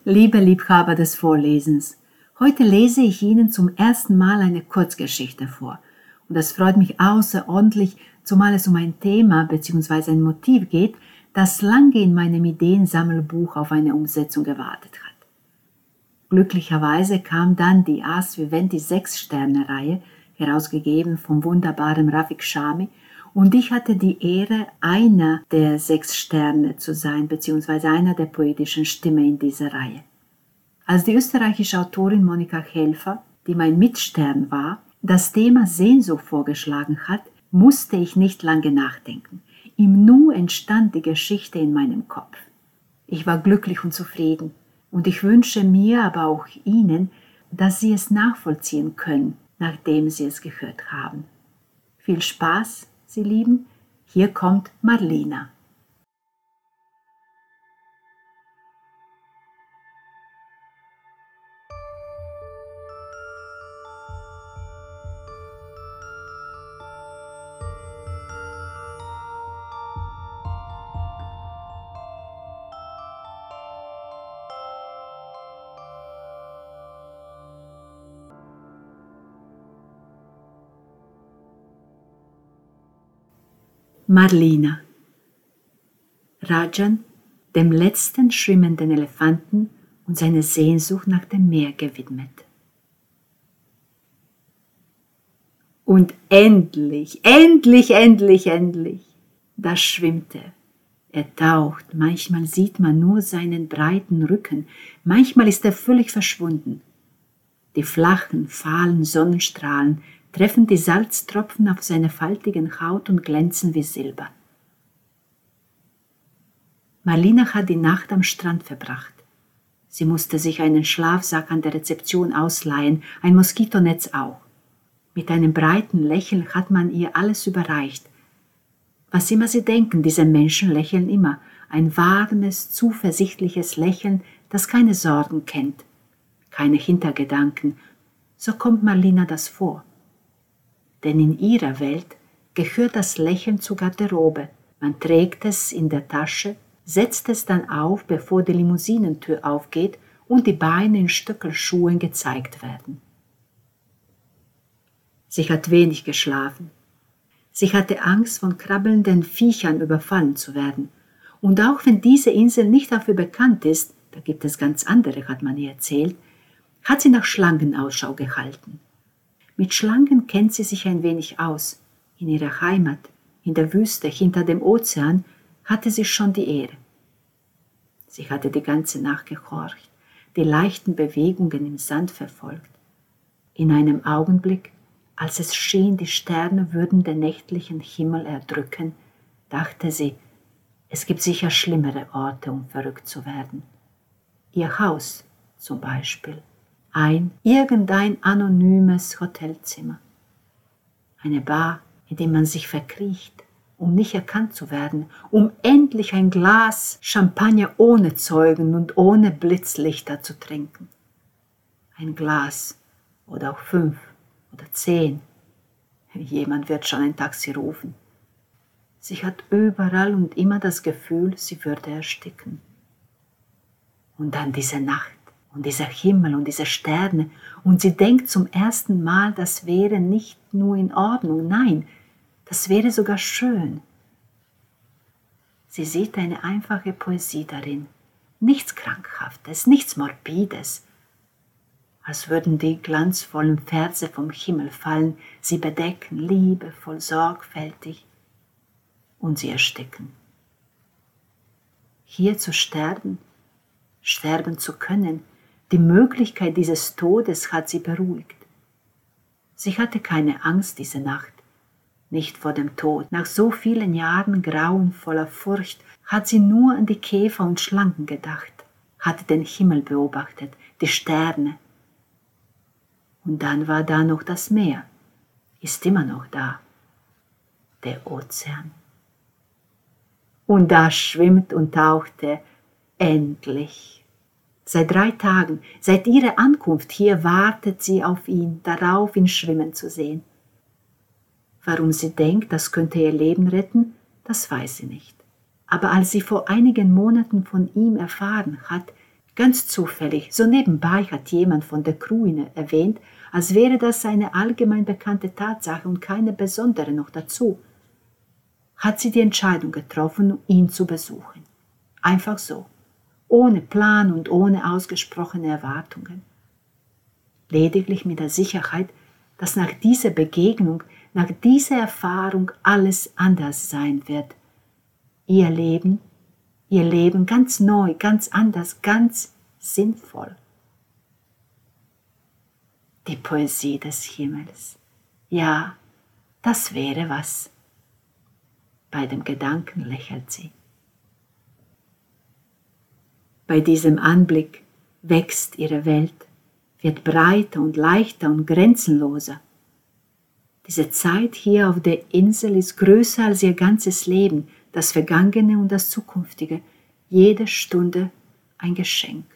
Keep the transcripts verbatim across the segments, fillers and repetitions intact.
Liebe Liebhaber des Vorlesens, heute lese ich Ihnen zum ersten Mal eine Kurzgeschichte vor. Und das freut mich außerordentlich, zumal es um ein Thema bzw. ein Motiv geht, das lange in meinem Ideensammelbuch auf eine Umsetzung gewartet hat. Glücklicherweise kam dann die Ars Vivendi Sechs-Sterne-Reihe, herausgegeben vom wunderbaren Rafik Shami, und ich hatte die Ehre, einer der sechs Sterne zu sein, beziehungsweise einer der poetischen Stimme in dieser Reihe. Als die österreichische Autorin Monika Helfer, die mein Mitstern war, das Thema Sehnsucht vorgeschlagen hat, musste ich nicht lange nachdenken. Im Nu entstand die Geschichte in meinem Kopf. Ich war glücklich und zufrieden, und ich wünsche mir, aber auch Ihnen, dass Sie es nachvollziehen können, nachdem Sie es gehört haben. Viel Spaß, Sie Lieben, hier kommt Marlina. Marlina. Rajan, dem letzten schwimmenden Elefanten und seine Sehnsucht nach dem Meer gewidmet. Und endlich, endlich, endlich, endlich, da schwimmt er. Er taucht, manchmal sieht man nur seinen breiten Rücken, manchmal ist er völlig verschwunden. Die flachen, fahlen Sonnenstrahlen treffen die Salztropfen auf seine faltigen Haut und glänzen wie Silber. Marlina hat die Nacht am Strand verbracht. Sie musste sich einen Schlafsack an der Rezeption ausleihen, ein Moskitonetz auch. Mit einem breiten Lächeln hat man ihr alles überreicht. Was immer Sie denken, diese Menschen lächeln immer. Ein warmes, zuversichtliches Lächeln, das keine Sorgen kennt, keine Hintergedanken. So kommt Marlina das vor. Denn in ihrer Welt gehört das Lächeln zur Garderobe. Man trägt es in der Tasche, setzt es dann auf, bevor die Limousinentür aufgeht und die Beine in Stöckelschuhen gezeigt werden. Sie hat wenig geschlafen. Sie hatte Angst, von krabbelnden Viechern überfallen zu werden. Und auch wenn diese Insel nicht dafür bekannt ist, da gibt es ganz andere, hat man ihr erzählt, hat sie nach Schlangen Ausschau gehalten. Mit Schlangen kennt sie sich ein wenig aus. In ihrer Heimat, in der Wüste, hinter dem Ozean, hatte sie schon die Ehre. Sie hatte die ganze Nacht gehorcht, die leichten Bewegungen im Sand verfolgt. In einem Augenblick, als es schien, die Sterne würden den nächtlichen Himmel erdrücken, dachte sie, es gibt sicher schlimmere Orte, um verrückt zu werden. Ihr Haus zum Beispiel. Ein, irgendein anonymes Hotelzimmer. Eine Bar, in der man sich verkriecht, um nicht erkannt zu werden, um endlich ein Glas Champagner ohne Zeugen und ohne Blitzlichter zu trinken. Ein Glas oder auch fünf oder zehn. Jemand wird schon ein Taxi rufen. Sie hat überall und immer das Gefühl, sie würde ersticken. Und dann diese Nacht. Und dieser Himmel und diese Sterne, und sie denkt zum ersten Mal, das wäre nicht nur in Ordnung, nein, das wäre sogar schön. Sie sieht eine einfache Poesie darin, nichts Krankhaftes, nichts Morbides, als würden die glanzvollen Verse vom Himmel fallen, sie bedecken, liebevoll, sorgfältig, und sie ersticken. Hier zu sterben, sterben zu können, die Möglichkeit dieses Todes hat sie beruhigt. Sie hatte keine Angst diese Nacht, nicht vor dem Tod. Nach so vielen Jahren grauenvoller Furcht hat sie nur an die Käfer und Schlangen gedacht, hatte den Himmel beobachtet, die Sterne. Und dann war da noch das Meer, ist immer noch da, der Ozean. Und da schwimmt und taucht er endlich. Seit drei Tagen, seit ihrer Ankunft hier, wartet sie auf ihn, darauf, ihn schwimmen zu sehen. Warum sie denkt, das könnte ihr Leben retten, das weiß sie nicht. Aber als sie vor einigen Monaten von ihm erfahren hat, Ganz zufällig, so nebenbei hat jemand von der Crew erwähnt, als wäre das eine allgemein bekannte Tatsache und keine besondere noch dazu, hat sie die Entscheidung getroffen, ihn zu besuchen. Einfach so, ohne Plan und ohne ausgesprochene Erwartungen. Lediglich mit der Sicherheit, dass nach dieser Begegnung, nach dieser Erfahrung alles anders sein wird. Ihr Leben, ihr Leben ganz neu, ganz anders, ganz sinnvoll. Die Poesie des Himmels. Ja, das wäre was. Bei dem Gedanken lächelt sie. Bei diesem Anblick wächst ihre Welt, wird breiter und leichter und grenzenloser. Diese Zeit hier auf der Insel ist größer als ihr ganzes Leben, das Vergangene und das Zukünftige, jede Stunde ein Geschenk.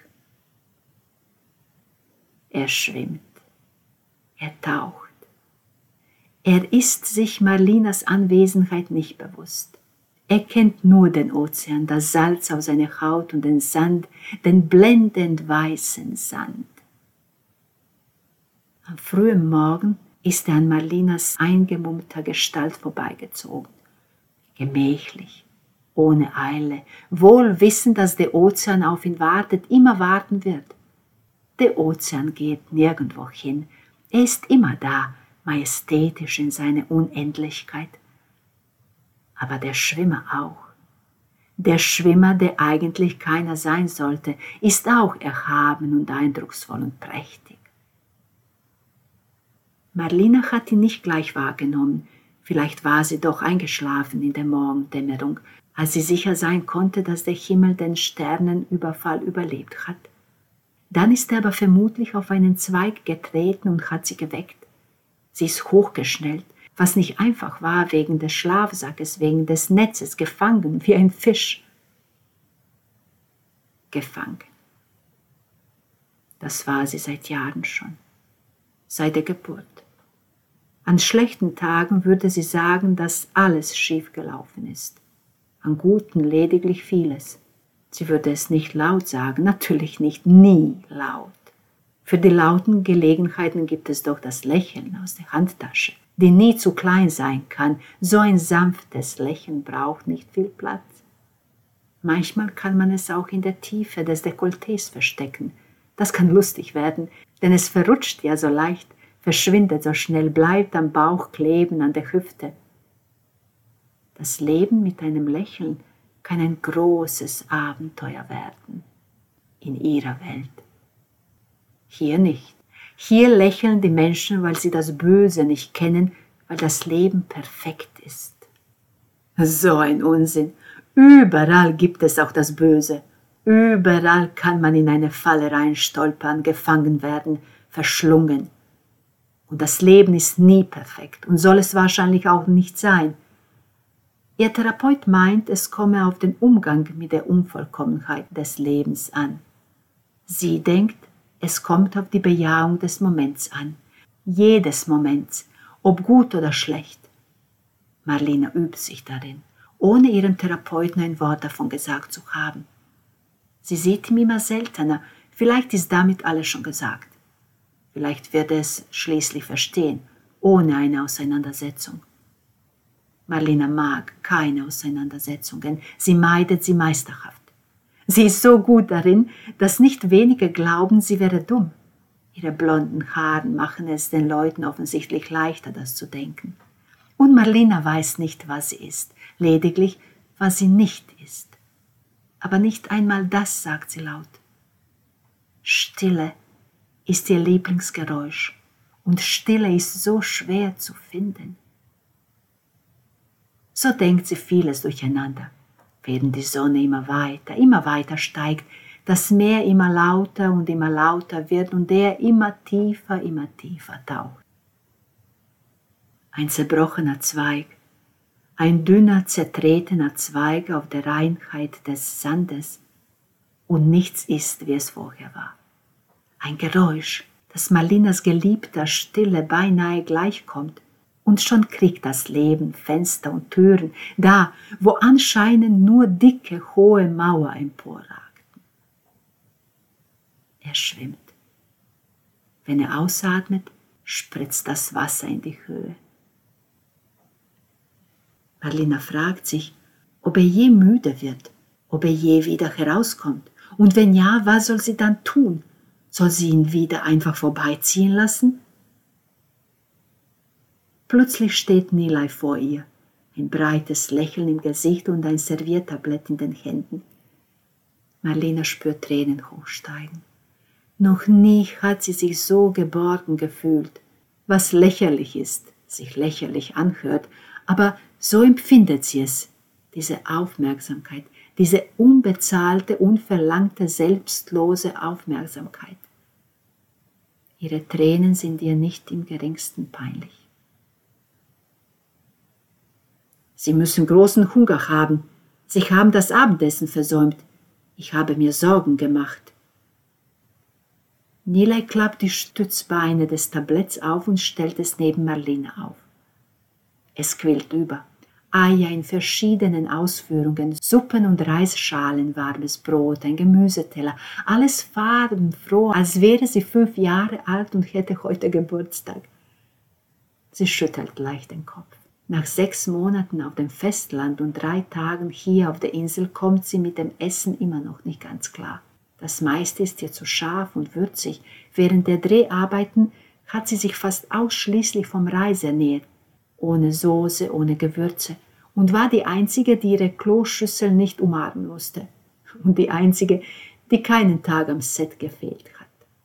Er schwimmt, er taucht. Er ist sich Marlinas Anwesenheit nicht bewusst. Er kennt nur den Ozean, das Salz auf seiner Haut und den Sand, den blendend weißen Sand. Am frühen Morgen ist er an Marlinas eingemummter Gestalt vorbeigezogen. Gemächlich, ohne Eile, wohl wissend, dass der Ozean auf ihn wartet, immer warten wird. Der Ozean geht nirgendwo hin, er ist immer da, majestätisch in seiner Unendlichkeit. Aber der Schwimmer auch. Der Schwimmer, der eigentlich keiner sein sollte, ist auch erhaben und eindrucksvoll und prächtig. Marlina hat ihn nicht gleich wahrgenommen, vielleicht war sie doch eingeschlafen in der Morgendämmerung, als sie sicher sein konnte, dass der Himmel den Sternenüberfall überlebt hat. Dann ist er aber vermutlich auf einen Zweig getreten und hat sie geweckt. Sie ist hochgeschnellt, was nicht einfach war wegen des Schlafsackes, wegen des Netzes, gefangen wie ein Fisch. Gefangen. Das war sie seit Jahren schon, seit der Geburt. An schlechten Tagen würde sie sagen, dass alles schiefgelaufen ist, an guten lediglich vieles. Sie würde es nicht laut sagen, natürlich nicht, nie laut. Für die lauten Gelegenheiten gibt es doch das Lächeln aus der Handtasche, die nie zu klein sein kann. So ein sanftes Lächeln braucht nicht viel Platz. Manchmal kann man es auch in der Tiefe des Dekolletés verstecken. Das kann lustig werden, denn es verrutscht ja so leicht, verschwindet so schnell, bleibt am Bauch kleben, an der Hüfte. Das Leben mit einem Lächeln kann ein großes Abenteuer werden in ihrer Welt. Hier nicht. Hier lächeln die Menschen, weil sie das Böse nicht kennen, weil das Leben perfekt ist. So ein Unsinn. Überall gibt es auch das Böse. Überall kann man in eine Falle reinstolpern, gefangen werden, verschlungen. Und das Leben ist nie perfekt und soll es wahrscheinlich auch nicht sein. Ihr Therapeut meint, es komme auf den Umgang mit der Unvollkommenheit des Lebens an. Sie denkt, es kommt auf die Bejahung des Moments an. Jedes Moments, ob gut oder schlecht. Marlina übt sich darin, ohne ihrem Therapeuten ein Wort davon gesagt zu haben. Sie sieht ihn immer seltener, vielleicht ist damit alles schon gesagt. Vielleicht wird er es schließlich verstehen, ohne eine Auseinandersetzung. Marlina mag keine Auseinandersetzungen, sie meidet sie meisterhaft. Sie ist so gut darin, dass nicht wenige glauben, sie wäre dumm. Ihre blonden Haare machen es den Leuten offensichtlich leichter, das zu denken. Und Marlina weiß nicht, was sie ist, lediglich, was sie nicht ist. Aber nicht einmal das sagt sie laut. Stille ist ihr Lieblingsgeräusch und Stille ist so schwer zu finden. So denkt sie vieles durcheinander, während die Sonne immer weiter, immer weiter steigt, das Meer immer lauter und immer lauter wird und er immer tiefer, immer tiefer taucht. Ein zerbrochener Zweig, ein dünner, zertretener Zweig auf der Reinheit des Sandes und nichts ist, wie es vorher war. Ein Geräusch, das Marlinas geliebter Stille beinahe gleichkommt. Und schon kriegt das Leben Fenster und Türen, da, wo anscheinend nur dicke, hohe Mauer emporragten. Er schwimmt. Wenn er ausatmet, spritzt das Wasser in die Höhe. Marlina fragt sich, ob er je müde wird, ob er je wieder herauskommt. Und wenn ja, was soll sie dann tun? Soll sie ihn wieder einfach vorbeiziehen lassen? Plötzlich steht Nilay vor ihr, ein breites Lächeln im Gesicht und ein Serviertablett in den Händen. Marlina spürt Tränen hochsteigen. Noch nie hat sie sich so geborgen gefühlt, was lächerlich ist, sich lächerlich anhört, aber so empfindet sie es, diese Aufmerksamkeit, diese unbezahlte, unverlangte, selbstlose Aufmerksamkeit. Ihre Tränen sind ihr nicht im geringsten peinlich. Sie müssen großen Hunger haben. Sie haben das Abendessen versäumt. Ich habe mir Sorgen gemacht. Nilay klappt die Stützbeine des Tabletts auf und stellt es neben Marlina auf. Es quillt über. Eier in verschiedenen Ausführungen, Suppen und Reisschalen, warmes Brot, ein Gemüseteller, alles farbenfroh, als wäre sie fünf Jahre alt und hätte heute Geburtstag. Sie schüttelt leicht den Kopf. Nach sechs Monaten auf dem Festland und drei Tagen hier auf der Insel kommt sie mit dem Essen immer noch nicht ganz klar. Das meiste ist ihr zu scharf und würzig. Während der Dreharbeiten hat sie sich fast ausschließlich vom Reis ernährt. Ohne Soße, ohne Gewürze, und war die Einzige, die ihre Kloschüssel nicht umarmen musste. Und die Einzige, die keinen Tag am Set gefehlt hat.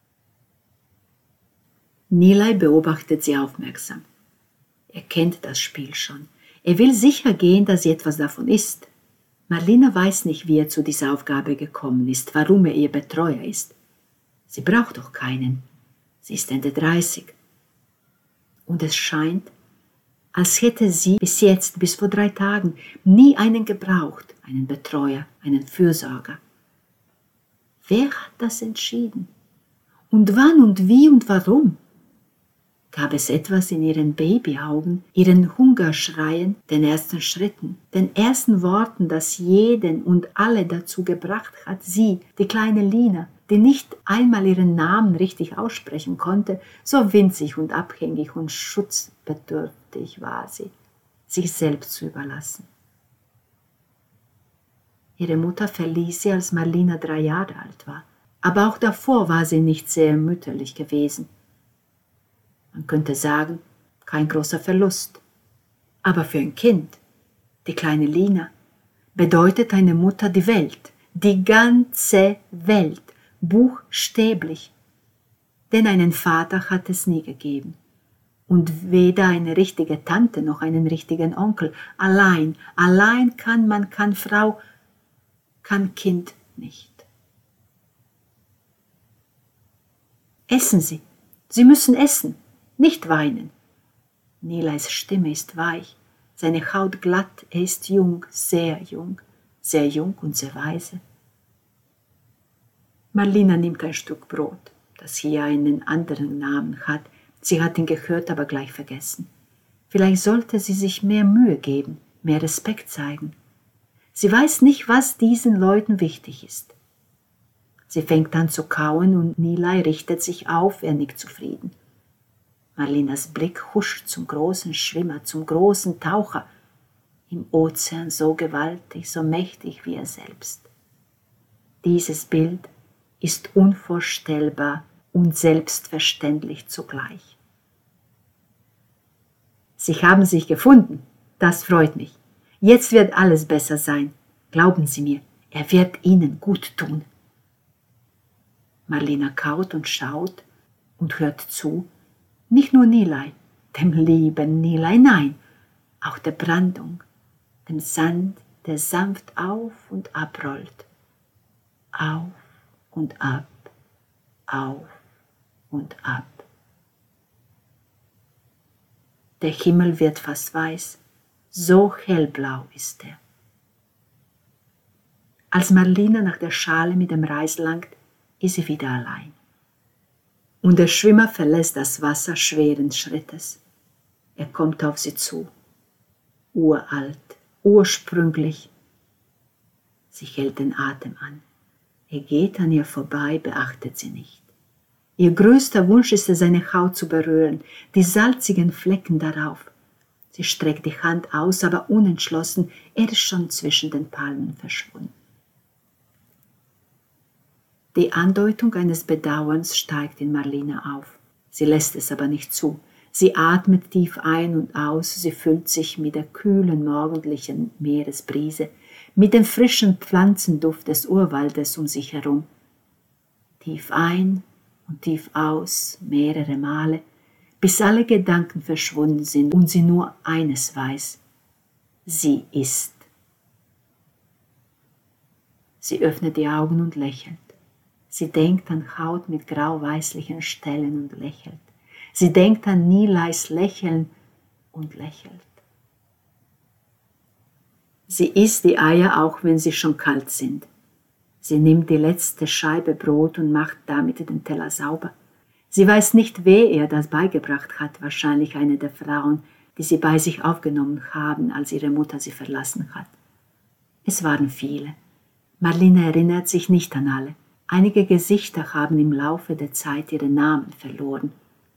Nilay beobachtet sie aufmerksam. Er kennt das Spiel schon. Er will sicher gehen, dass sie etwas davon isst. Marlina weiß nicht, wie er zu dieser Aufgabe gekommen ist, warum er ihr Betreuer ist. Sie braucht doch keinen. Sie ist Ende dreißig. Und es scheint, als hätte sie bis jetzt, bis vor drei Tagen, nie einen gebraucht, einen Betreuer, einen Fürsorger. Wer hat das entschieden? Und wann und wie und warum? Gab es etwas in ihren Babyaugen, ihren Hungerschreien, den ersten Schritten, den ersten Worten, das jeden und alle dazu gebracht hat, sie, die kleine Lina, die nicht einmal ihren Namen richtig aussprechen konnte, so winzig und abhängig und schutzbedürftig war sie, sich selbst zu überlassen. Ihre Mutter verließ sie, als Marlina drei Jahre alt war, aber auch davor war sie nicht sehr mütterlich gewesen. Man könnte sagen, kein großer Verlust. Aber für ein Kind, die kleine Lina, bedeutet eine Mutter die Welt, die ganze Welt, buchstäblich. Denn einen Vater hat es nie gegeben. Und weder eine richtige Tante noch einen richtigen Onkel. Allein, allein kann man, kann Frau, kann Kind nicht. Essen Sie, Sie müssen essen, nicht weinen. Nilays Stimme ist weich, seine Haut glatt, er ist jung, sehr jung, sehr jung und sehr weise. Marlina nimmt ein Stück Brot, das hier einen anderen Namen hat. Sie hat ihn gehört, aber gleich vergessen. Vielleicht sollte sie sich mehr Mühe geben, mehr Respekt zeigen. Sie weiß nicht, was diesen Leuten wichtig ist. Sie fängt an zu kauen und Nilay richtet sich auf, er nickt zufrieden. Marlinas Blick huscht zum großen Schwimmer, zum großen Taucher, im Ozean so gewaltig, so mächtig wie er selbst. Dieses Bild ist unvorstellbar und selbstverständlich zugleich. Sie haben sich gefunden, das freut mich. Jetzt wird alles besser sein. Glauben Sie mir, er wird Ihnen gut tun. Marlina kaut und schaut und hört zu, nicht nur Nilay, dem lieben Nilay, nein, auch der Brandung, dem Sand, der sanft auf und abrollt. Auf und ab, auf und ab. Der Himmel wird fast weiß, so hellblau ist er. Als Marlina nach der Schale mit dem Reis langt, ist sie wieder allein. Und der Schwimmer verlässt das Wasser schweren Schrittes. Er kommt auf sie zu, uralt, ursprünglich. Sie hält den Atem an. Er geht an ihr vorbei, beachtet sie nicht. Ihr größter Wunsch ist es, seine Haut zu berühren, die salzigen Flecken darauf. Sie streckt die Hand aus, aber unentschlossen, er ist schon zwischen den Palmen verschwunden. Die Andeutung eines Bedauerns steigt in Marlene auf. Sie lässt es aber nicht zu. Sie atmet tief ein und aus, sie füllt sich mit der kühlen morgendlichen Meeresbrise, mit dem frischen Pflanzenduft des Urwaldes um sich herum. Tief ein und tief aus, mehrere Male, bis alle Gedanken verschwunden sind und sie nur eines weiß: sie ist. Sie öffnet die Augen und lächelt. Sie denkt an Haut mit grau-weißlichen Stellen und lächelt. Sie denkt an Nileis Lächeln und lächelt. Sie isst die Eier, auch wenn sie schon kalt sind. Sie nimmt die letzte Scheibe Brot und macht damit den Teller sauber. Sie weiß nicht, wer ihr das beigebracht hat, wahrscheinlich eine der Frauen, die sie bei sich aufgenommen haben, als ihre Mutter sie verlassen hat. Es waren viele. Marlene erinnert sich nicht an alle. Einige Gesichter haben im Laufe der Zeit ihre Namen verloren.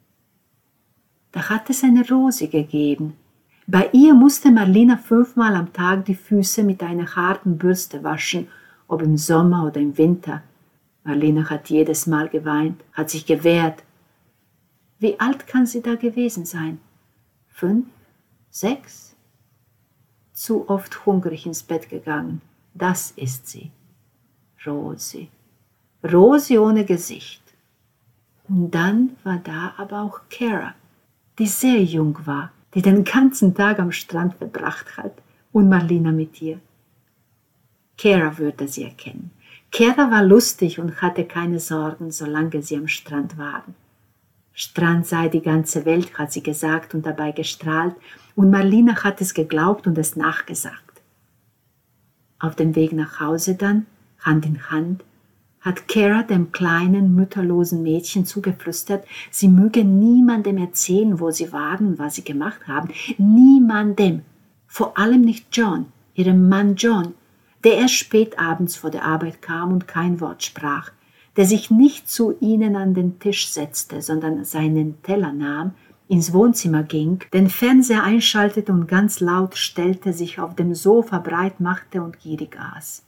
Da hat es eine Rose gegeben. Bei ihr musste Marlene fünfmal am Tag die Füße mit einer harten Bürste waschen, ob im Sommer oder im Winter. Marlene hat jedes Mal geweint, hat sich gewehrt. Wie alt kann sie da gewesen sein? Fünf? Sechs? Zu oft hungrig ins Bett gegangen. Das ist sie. Rosi. Rosi ohne Gesicht. Und dann war da aber auch Cara, die sehr jung war, die den ganzen Tag am Strand verbracht hat, und Marlene mit ihr. Cara würde sie erkennen. Cara war lustig und hatte keine Sorgen, solange sie am Strand waren. Strand sei die ganze Welt, hat sie gesagt und dabei gestrahlt, und Marlene hat es geglaubt und es nachgesagt. Auf dem Weg nach Hause dann, Hand in Hand, hat Cara dem kleinen, mütterlosen Mädchen zugeflüstert, sie möge niemandem erzählen, wo sie waren und was sie gemacht haben. Niemandem. Vor allem nicht John, ihrem Mann John, der erst spät abends vor der Arbeit kam und kein Wort sprach, der sich nicht zu ihnen an den Tisch setzte, sondern seinen Teller nahm, ins Wohnzimmer ging, den Fernseher einschaltete und ganz laut stellte, sich auf dem Sofa breit machte und gierig aß.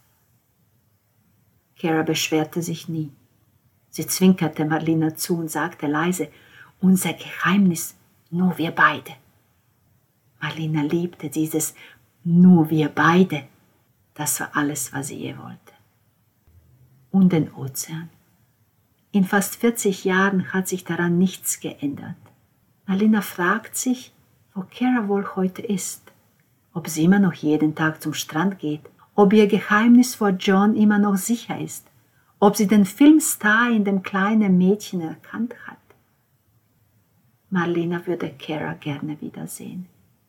Cara beschwerte sich nie. Sie zwinkerte Marlene zu und sagte leise: Unser Geheimnis, nur wir beide. Marlene liebte dieses nur wir beide. Das war alles, was sie je wollte. Und den Ozean. In fast vierzig Jahren hat sich daran nichts geändert. Marlene fragt sich, wo Cara wohl heute ist, ob sie immer noch jeden Tag zum Strand geht, ob ihr Geheimnis vor John immer noch sicher ist, ob sie den Filmstar in dem kleinen Mädchen erkannt hat. Marlene würde Cara gerne wiedersehen.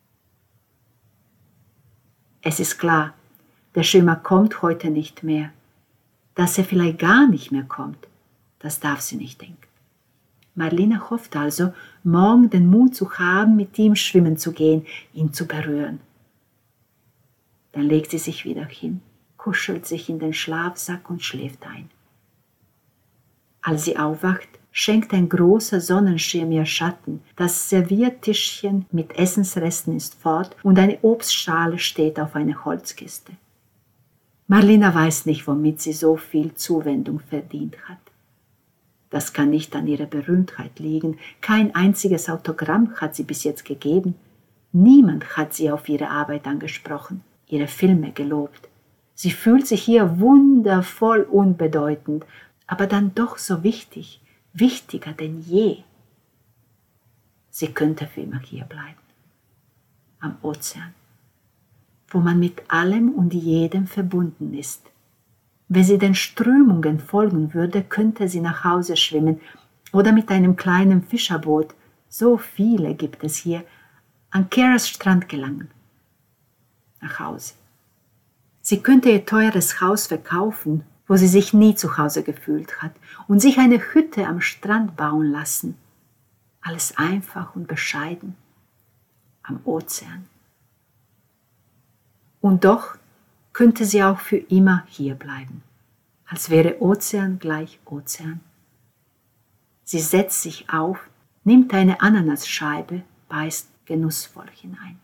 Es ist klar, der Schwimmer kommt heute nicht mehr. Dass er vielleicht gar nicht mehr kommt, das darf sie nicht denken. Marlene hofft also, morgen den Mut zu haben, mit ihm schwimmen zu gehen, ihn zu berühren. Dann legt sie sich wieder hin, kuschelt sich in den Schlafsack und schläft ein. Als sie aufwacht, schenkt ein großer Sonnenschirm ihr Schatten, das Serviertischchen mit Essensresten ist fort und eine Obstschale steht auf einer Holzkiste. Marlene weiß nicht, womit sie so viel Zuwendung verdient hat. Das kann nicht an ihrer Berühmtheit liegen. Kein einziges Autogramm hat sie bis jetzt gegeben. Niemand hat sie auf ihre Arbeit angesprochen, ihre Filme gelobt. Sie fühlt sich hier wundervoll unbedeutend, aber dann doch so wichtig, wichtiger denn je. Sie könnte für immer hier bleiben, am Ozean, wo man mit allem und jedem verbunden ist. Wenn sie den Strömungen folgen würde, könnte sie nach Hause schwimmen oder mit einem kleinen Fischerboot, so viele gibt es hier, an Caras Strand gelangen. Nach Hause. Sie könnte ihr teures Haus verkaufen, wo sie sich nie zu Hause gefühlt hat, und sich eine Hütte am Strand bauen lassen. Alles einfach und bescheiden, am Ozean. Und doch könnte sie auch für immer hier bleiben. als wäre Ozean gleich Ozean. Sie setzt sich auf, nimmt eine Ananasscheibe, beißt genussvoll hinein.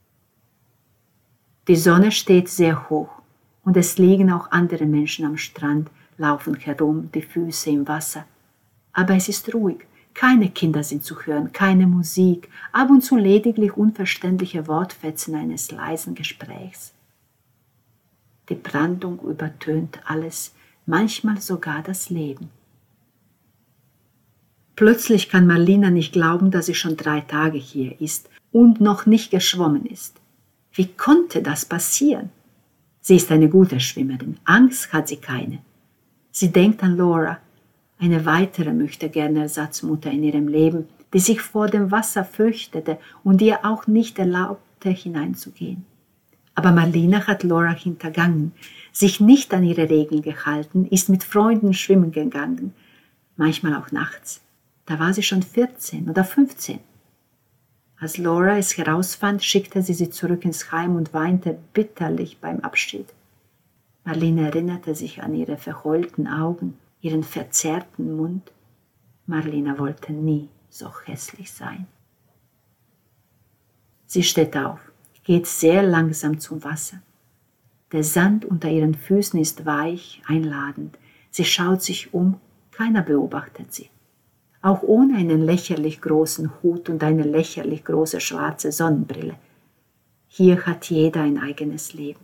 Die Sonne steht sehr hoch und es liegen auch andere Menschen am Strand, laufen herum, die Füße im Wasser. Aber es ist ruhig, keine Kinder sind zu hören, keine Musik, ab und zu lediglich unverständliche Wortfetzen eines leisen Gesprächs. Die Brandung übertönt alles, manchmal sogar das Leben. Plötzlich kann Marlina nicht glauben, dass sie schon drei Tage hier ist und noch nicht geschwommen ist. Wie konnte das passieren? Sie ist eine gute Schwimmerin, Angst hat sie keine. Sie denkt an Laura, eine weitere möchte gerne Ersatzmutter in ihrem Leben, die sich vor dem Wasser fürchtete und ihr auch nicht erlaubte, hineinzugehen. Aber Marlina hat Laura hintergangen, sich nicht an ihre Regeln gehalten, ist mit Freunden schwimmen gegangen, manchmal auch nachts. Da war sie schon vierzehn oder fünfzehn. Als Laura es herausfand, schickte sie sie zurück ins Heim und weinte bitterlich beim Abschied. Marlina erinnerte sich an ihre verheulten Augen, ihren verzerrten Mund. Marlina wollte nie so hässlich sein. Sie steht auf, geht sehr langsam zum Wasser. Der Sand unter ihren Füßen ist weich, einladend. Sie schaut sich um, keiner beobachtet sie. Auch ohne einen lächerlich großen Hut und eine lächerlich große schwarze Sonnenbrille. Hier hat jeder ein eigenes Leben.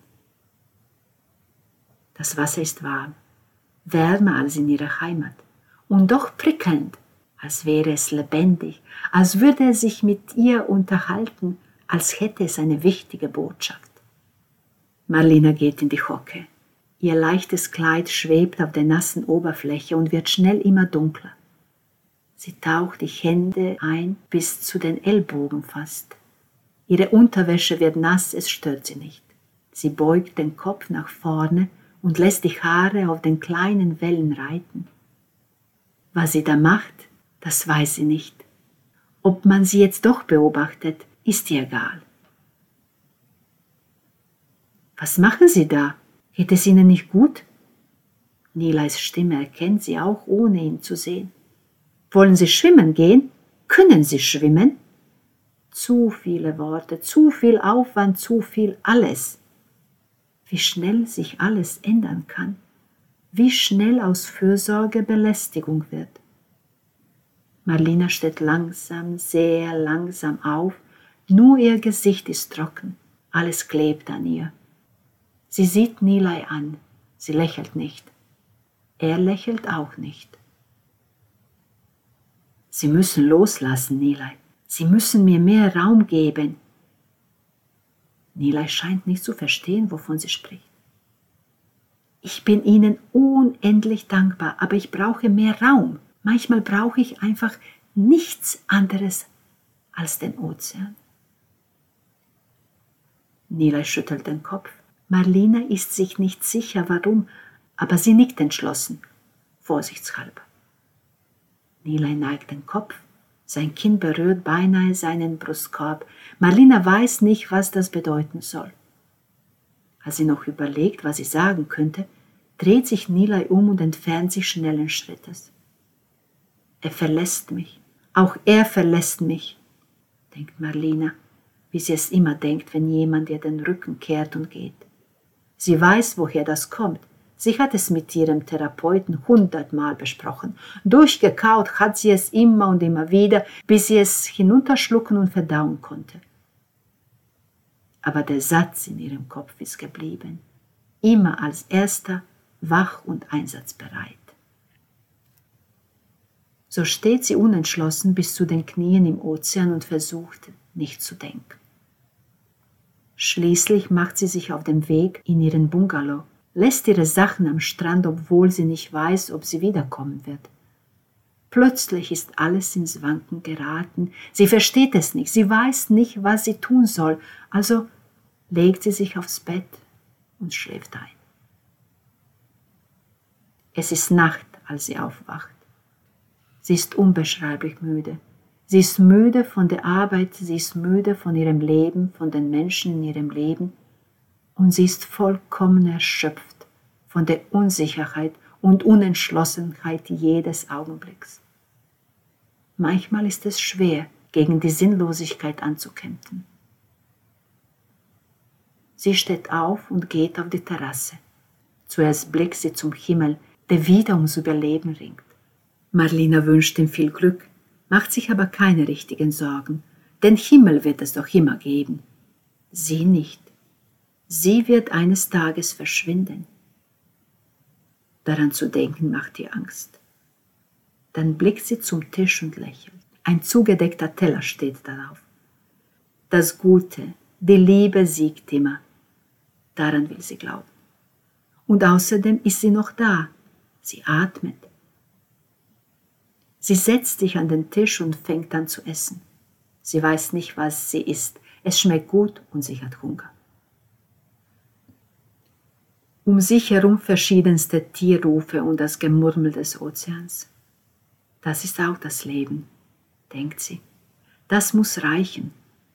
Das Wasser ist warm, wärmer als in ihrer Heimat und doch prickelnd, als wäre es lebendig, als würde es sich mit ihr unterhalten, als hätte es eine wichtige Botschaft. Marlina geht in die Hocke. Ihr leichtes Kleid schwebt auf der nassen Oberfläche und wird schnell immer dunkler. Sie taucht die Hände ein bis zu den Ellbogen fast. Ihre Unterwäsche wird nass, es stört sie nicht. Sie beugt den Kopf nach vorne und lässt die Haare auf den kleinen Wellen reiten. Was sie da macht, das weiß sie nicht. Ob man sie jetzt doch beobachtet, ist ihr egal. Was machen Sie da? Geht es Ihnen nicht gut? Nilais Stimme erkennt sie auch, ohne ihn zu sehen. Wollen Sie schwimmen gehen? Können Sie schwimmen? Zu viele Worte, zu viel Aufwand, zu viel alles. Wie schnell sich alles ändern kann. Wie schnell aus Fürsorge Belästigung wird. Marlina steht langsam, sehr langsam auf, nur ihr Gesicht ist trocken, alles klebt an ihr. Sie sieht Nilai an, sie lächelt nicht. Er lächelt auch nicht. Sie müssen loslassen, Nilai. Sie müssen mir mehr Raum geben. Nilai scheint nicht zu verstehen, wovon sie spricht. Ich bin Ihnen unendlich dankbar, aber ich brauche mehr Raum. Manchmal brauche ich einfach nichts anderes als den Ozean. Nilai schüttelt den Kopf. Marlina ist sich nicht sicher, warum, aber sie nickt entschlossen, vorsichtshalber. Nilai neigt den Kopf, sein Kinn berührt beinahe seinen Brustkorb. Marlina weiß nicht, was das bedeuten soll. Als sie noch überlegt, was sie sagen könnte, dreht sich Nilai um und entfernt sich schnellen Schrittes. Er verlässt mich, auch er verlässt mich, denkt Marlina, wie sie es immer denkt, wenn jemand ihr den Rücken kehrt und geht. Sie weiß, woher das kommt. Sie hat es mit ihrem Therapeuten hundertmal besprochen. Durchgekaut hat sie es immer und immer wieder, bis sie es hinunterschlucken und verdauen konnte. Aber der Satz in ihrem Kopf ist geblieben. Immer als erster, wach und einsatzbereit. So steht sie unentschlossen bis zu den Knien im Ozean und versucht, nicht zu denken. Schließlich macht sie sich auf den Weg in ihren Bungalow, lässt ihre Sachen am Strand, obwohl sie nicht weiß, ob sie wiederkommen wird. Plötzlich ist alles ins Wanken geraten. Sie versteht es nicht, sie weiß nicht, was sie tun soll, also legt sie sich aufs Bett und schläft ein. Es ist Nacht, als sie aufwacht. Sie ist unbeschreiblich müde. Sie ist müde von der Arbeit, sie ist müde von ihrem Leben, von den Menschen in ihrem Leben und sie ist vollkommen erschöpft von der Unsicherheit und Unentschlossenheit jedes Augenblicks. Manchmal ist es schwer, gegen die Sinnlosigkeit anzukämpfen. Sie steht auf und geht auf die Terrasse. Zuerst blickt sie zum Himmel, der wieder ums Überleben ringt. Marlina wünscht ihm viel Glück, macht sich aber keine richtigen Sorgen. Den Himmel wird es doch immer geben. Sie nicht. Sie wird eines Tages verschwinden. Daran zu denken macht ihr Angst. Dann blickt sie zum Tisch und lächelt. Ein zugedeckter Teller steht darauf. Das Gute, die Liebe siegt immer. Daran will sie glauben. Und außerdem ist sie noch da. Sie atmet. Sie setzt sich an den Tisch und fängt an zu essen. Sie weiß nicht, was sie isst. Es schmeckt gut und sie hat Hunger. Um sich herum verschiedenste Tierrufe und das Gemurmel des Ozeans. Das ist auch das Leben, denkt sie. Das muss reichen.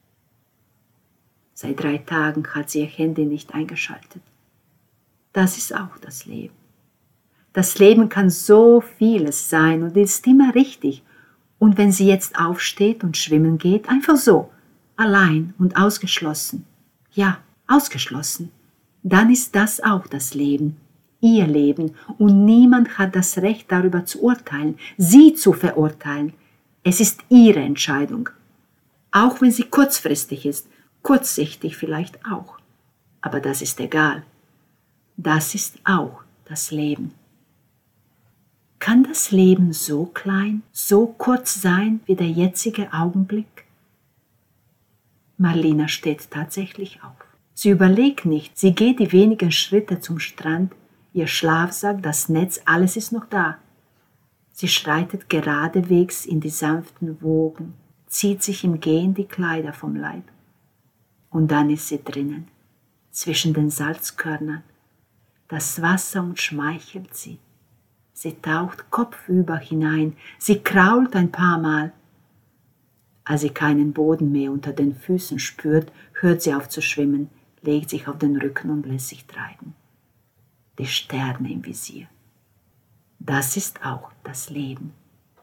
Seit drei Tagen hat sie ihr Handy nicht eingeschaltet. Das ist auch das Leben. Das Leben kann so vieles sein und ist immer richtig. Und wenn sie jetzt aufsteht und schwimmen geht, einfach so, allein und ausgeschlossen, ja, ausgeschlossen, dann ist das auch das Leben, ihr Leben, und niemand hat das Recht, darüber zu urteilen, sie zu verurteilen. Es ist ihre Entscheidung, auch wenn sie kurzfristig ist, kurzsichtig vielleicht auch. Aber das ist egal. Das ist auch das Leben. Kann das Leben so klein, so kurz sein wie der jetzige Augenblick? Marlina steht tatsächlich auf. Sie überlegt nicht, sie geht die wenigen Schritte zum Strand, ihr Schlafsack, das Netz, alles ist noch da. Sie schreitet geradewegs in die sanften Wogen, zieht sich im Gehen die Kleider vom Leib. Und dann ist sie drinnen, zwischen den Salzkörnern. Das Wasser umschmeichelt sie. Sie taucht kopfüber hinein, sie krault ein paar Mal. Als sie keinen Boden mehr unter den Füßen spürt, hört sie auf zu schwimmen, legt sich auf den Rücken und lässt sich treiben. Die Sterne im Visier. Das ist auch das Leben.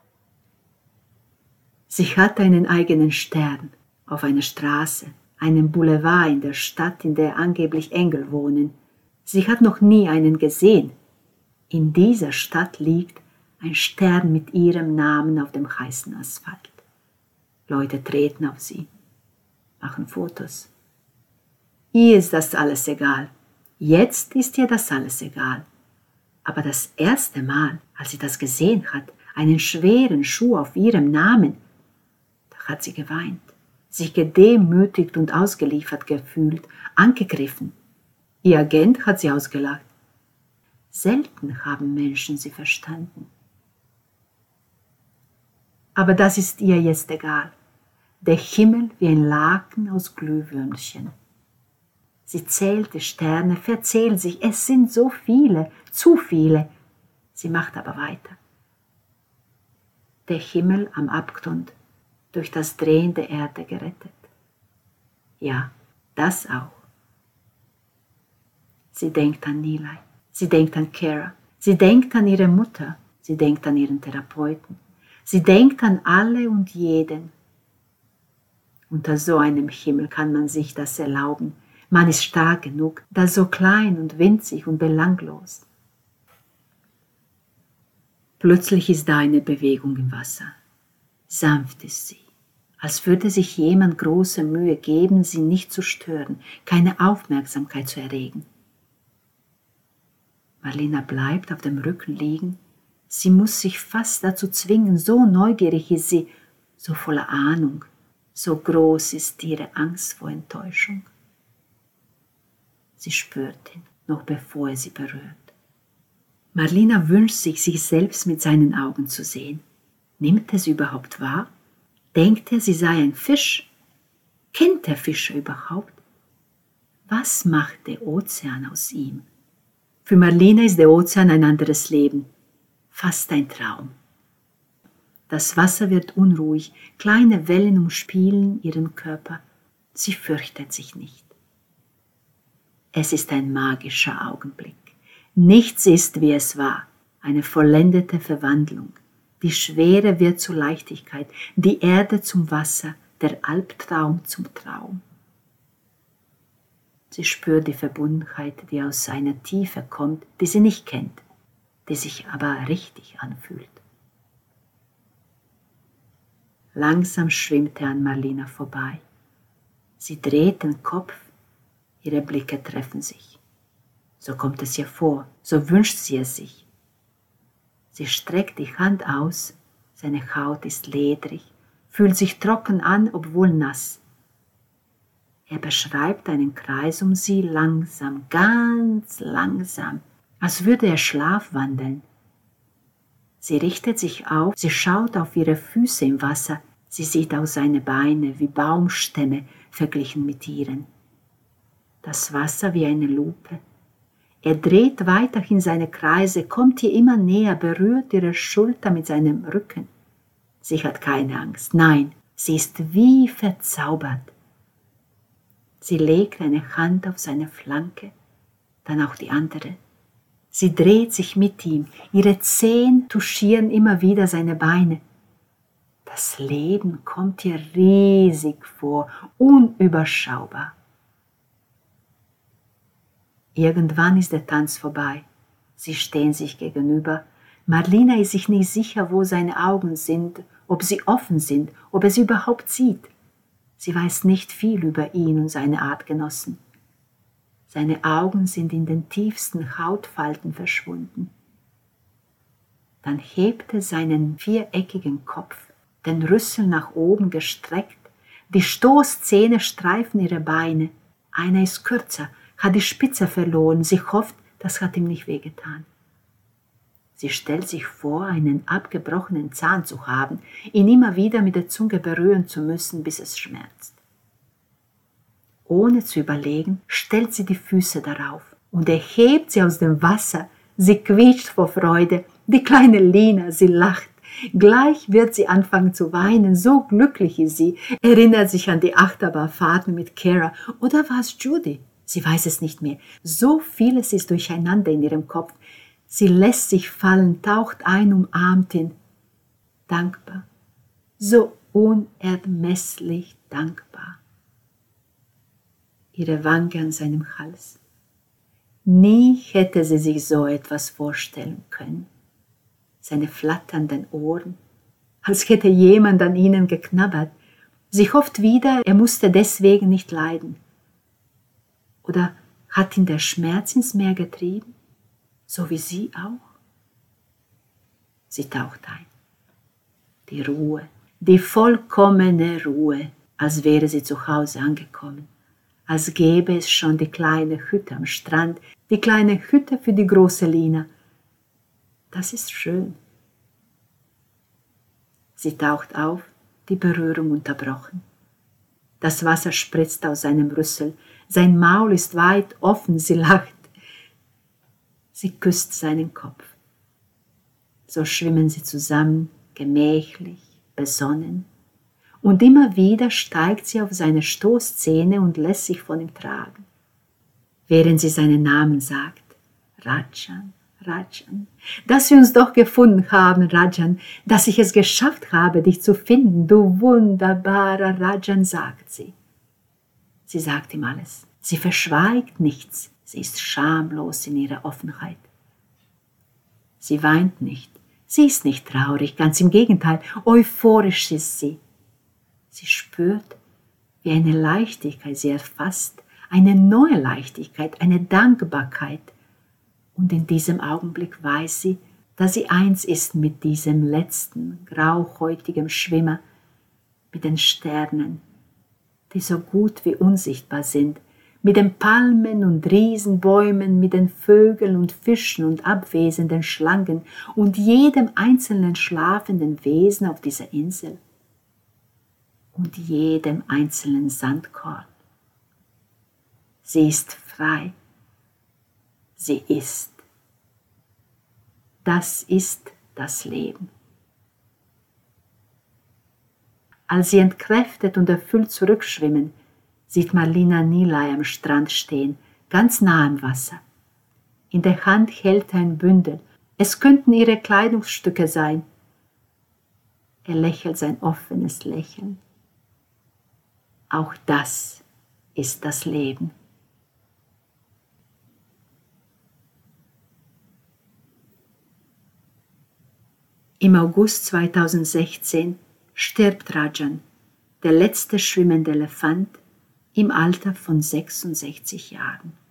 Sie hat einen eigenen Stern auf einer Straße, einen Boulevard in der Stadt, in der angeblich Engel wohnen. Sie hat noch nie einen gesehen. In dieser Stadt liegt ein Stern mit ihrem Namen auf dem heißen Asphalt. Leute treten auf sie, machen Fotos. Ihr ist das alles egal. Jetzt ist ihr das alles egal. Aber das erste Mal, als sie das gesehen hat, einen schweren Schuh auf ihrem Namen, da hat sie geweint, sich gedemütigt und ausgeliefert gefühlt, angegriffen. Ihr Agent hat sie ausgelacht. Selten haben Menschen sie verstanden. Aber das ist ihr jetzt egal. Der Himmel wie ein Laken aus Glühwürmchen. Sie zählt die Sterne, verzählt sich, es sind so viele, zu viele. Sie macht aber weiter. Der Himmel am Abgrund, durch das Drehen der Erde gerettet. Ja, das auch. Sie denkt an Nilay. Sie denkt an Kara, sie denkt an ihre Mutter, sie denkt an ihren Therapeuten, sie denkt an alle und jeden. Unter so einem Himmel kann man sich das erlauben, man ist stark genug, das so klein und winzig und belanglos. Plötzlich ist da eine Bewegung im Wasser. Sanft ist sie, als würde sich jemand große Mühe geben, sie nicht zu stören, keine Aufmerksamkeit zu erregen. Marlina bleibt auf dem Rücken liegen. Sie muss sich fast dazu zwingen, so neugierig ist sie, so voller Ahnung, so groß ist ihre Angst vor Enttäuschung. Sie spürt ihn, noch bevor er sie berührt. Marlina wünscht sich, sich selbst mit seinen Augen zu sehen. Nimmt er sie überhaupt wahr? Denkt er, sie sei ein Fisch? Kennt der Fischer überhaupt? Was macht der Ozean aus ihm? Für Marlina ist der Ozean ein anderes Leben, fast ein Traum. Das Wasser wird unruhig, kleine Wellen umspielen ihren Körper. Sie fürchtet sich nicht. Es ist ein magischer Augenblick. Nichts ist, wie es war. eine vollendete Verwandlung. Die Schwere wird zur Leichtigkeit, die Erde zum Wasser, der Albtraum zum Traum. Sie spürt die Verbundenheit, die aus einer Tiefe kommt, die sie nicht kennt, die sich aber richtig anfühlt. Langsam schwimmt er an Marlina vorbei. Sie dreht den Kopf, ihre Blicke treffen sich. So kommt es ihr vor, so wünscht sie es sich. Sie streckt die Hand aus, seine Haut ist ledrig, fühlt sich trocken an, obwohl nass. Er beschreibt einen Kreis um sie langsam, ganz langsam, als würde er schlafwandeln. Sie richtet sich auf, sie schaut auf ihre Füße im Wasser, sie sieht aus seine Beine wie Baumstämme verglichen mit ihren. Das Wasser wie eine Lupe. Er dreht weiterhin seine Kreise, kommt ihr immer näher, berührt ihre Schulter mit seinem Rücken. Sie hat keine Angst, nein, sie ist wie verzaubert. Sie legt eine Hand auf seine Flanke, dann auch die andere. Sie dreht sich mit ihm, ihre Zehen touchieren immer wieder seine Beine. Das Leben kommt ihr riesig vor, unüberschaubar. Irgendwann ist der Tanz vorbei. Sie stehen sich gegenüber. Marlina ist sich nicht sicher, wo seine Augen sind, ob sie offen sind, ob er sie überhaupt sieht. Sie weiß nicht viel über ihn und seine Artgenossen. Seine Augen sind in den tiefsten Hautfalten verschwunden. Dann hebt er seinen viereckigen Kopf, den Rüssel nach oben gestreckt, die Stoßzähne streifen ihre Beine. Einer ist kürzer, hat die Spitze verloren, sie hofft, das hat ihm nicht wehgetan. Sie stellt sich vor, einen abgebrochenen Zahn zu haben, ihn immer wieder mit der Zunge berühren zu müssen, bis es schmerzt. Ohne zu überlegen, stellt sie die Füße darauf und er hebt sie aus dem Wasser. Sie quietscht vor Freude, die kleine Lina, sie lacht. Gleich wird sie anfangen zu weinen, so glücklich ist sie, erinnert sich an die Achterbahnfahrten mit Kara, oder war es Judy? Sie weiß es nicht mehr. So vieles ist durcheinander in ihrem Kopf. Sie lässt sich fallen, taucht ein, umarmt ihn. Dankbar, so unermesslich dankbar. Ihre Wange an seinem Hals. Nie hätte sie sich so etwas vorstellen können. Seine flatternden Ohren, als hätte jemand an ihnen geknabbert. Sie hofft wieder, er musste deswegen nicht leiden. Oder hat ihn der Schmerz ins Meer getrieben, so wie sie auch? Sie taucht ein. Die Ruhe, die vollkommene Ruhe, als wäre sie zu Hause angekommen, als gäbe es schon die kleine Hütte am Strand, die kleine Hütte für die große Lina. Das ist schön. Sie taucht auf, die Berührung unterbrochen. Das Wasser spritzt aus seinem Rüssel, sein Maul ist weit offen, sie lacht. Sie küsst seinen Kopf. So schwimmen sie zusammen, gemächlich, besonnen. Und immer wieder steigt sie auf seine Stoßzähne und lässt sich von ihm tragen. Während sie seinen Namen sagt, Rajan, Rajan, dass wir uns doch gefunden haben, Rajan, dass ich es geschafft habe, dich zu finden, du wunderbarer Rajan, sagt sie. Sie sagt ihm alles. Sie verschweigt nichts. Sie ist schamlos in ihrer Offenheit. Sie weint nicht. Sie ist nicht traurig, ganz im Gegenteil, euphorisch ist sie. Sie spürt, wie eine Leichtigkeit sie erfasst, eine neue Leichtigkeit, eine Dankbarkeit. Und in diesem Augenblick weiß sie, dass sie eins ist mit diesem letzten, grauhäutigen Schwimmer, mit den Sternen, die so gut wie unsichtbar sind, mit den Palmen und Riesenbäumen, mit den Vögeln und Fischen und abwesenden Schlangen und jedem einzelnen schlafenden Wesen auf dieser Insel und jedem einzelnen Sandkorn. Sie ist frei. Sie ist. Das ist das Leben. Als sie entkräftet und erfüllt zurückschwimmen, sieht Marlina Nilay am Strand stehen, ganz nah am Wasser. In der Hand hält er ein Bündel, Es könnten ihre Kleidungsstücke sein. Er lächelt sein offenes Lächeln. Auch das ist das Leben. Im August zweitausendsechzehn stirbt Rajan, der letzte schwimmende Elefant, im Alter von sechsundsechzig Jahren.